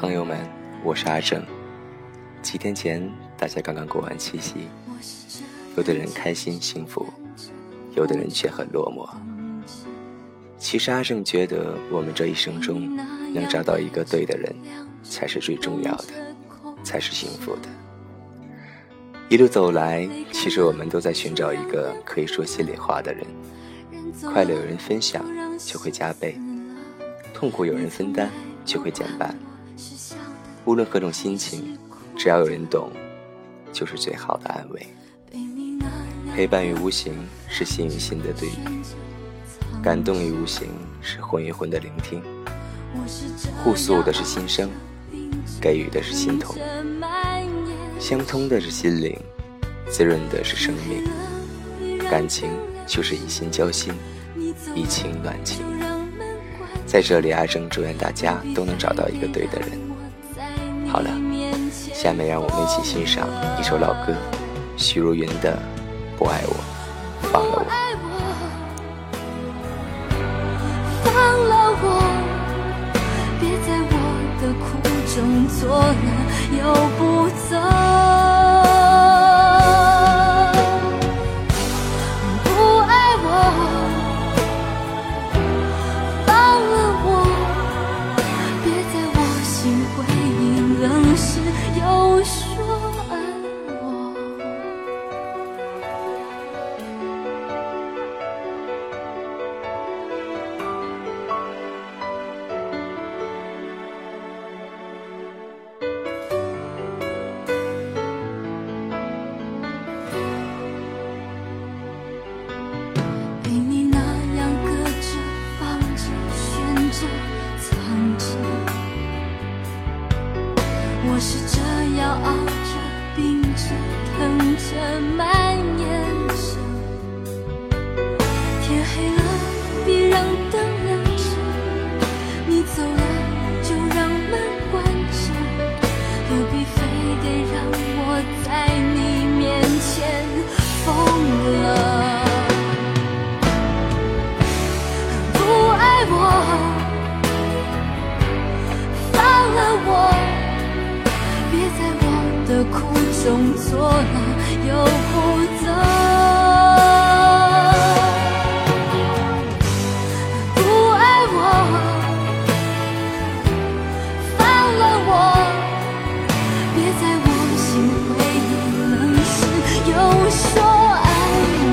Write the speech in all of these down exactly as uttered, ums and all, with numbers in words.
朋友们，我是阿正。几天前大家刚刚过完七夕，有的人开心幸福，有的人却很落寞。其实阿正觉得我们这一生中能找到一个对的人才是最重要的，才是幸福的。一路走来，其实我们都在寻找一个可以说心里话的人。快乐有人分享就会加倍，痛苦有人分担就会减半。无论何种心情，只要有人懂，就是最好的安慰。陪伴与无形是心与心的对比，感动与无形是魂与魂的聆听。互诉的是心声，给予的是心痛，相通的是心灵，滋润的是生命。感情就是以心交心，以情暖情。在这里，阿正祝愿大家都能找到一个对的人。好了，下面让我们一起欣赏一首老歌，许茹芸的《不爱我，放了我》。 放了我，别在我的苦中作乐又不走。我是这样熬着冰着疼着蔓延着，天黑了别让灯亮着，你走了就让门关着，何必非得让我在你面前疯了。不爱我，放了我，别在我的苦中作乐又不走。不爱我，放了我，别在我心灰意冷时又说爱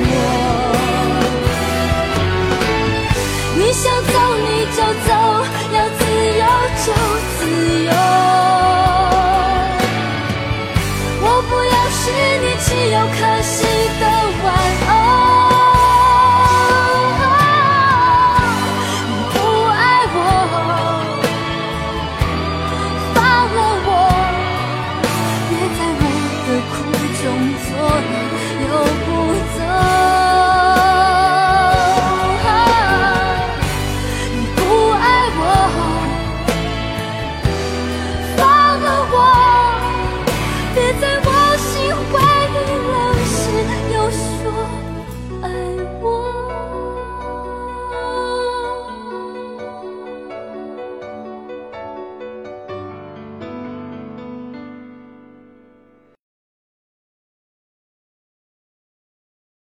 我。你想走你就走，要自由就自由，我不要是你，只有可惜。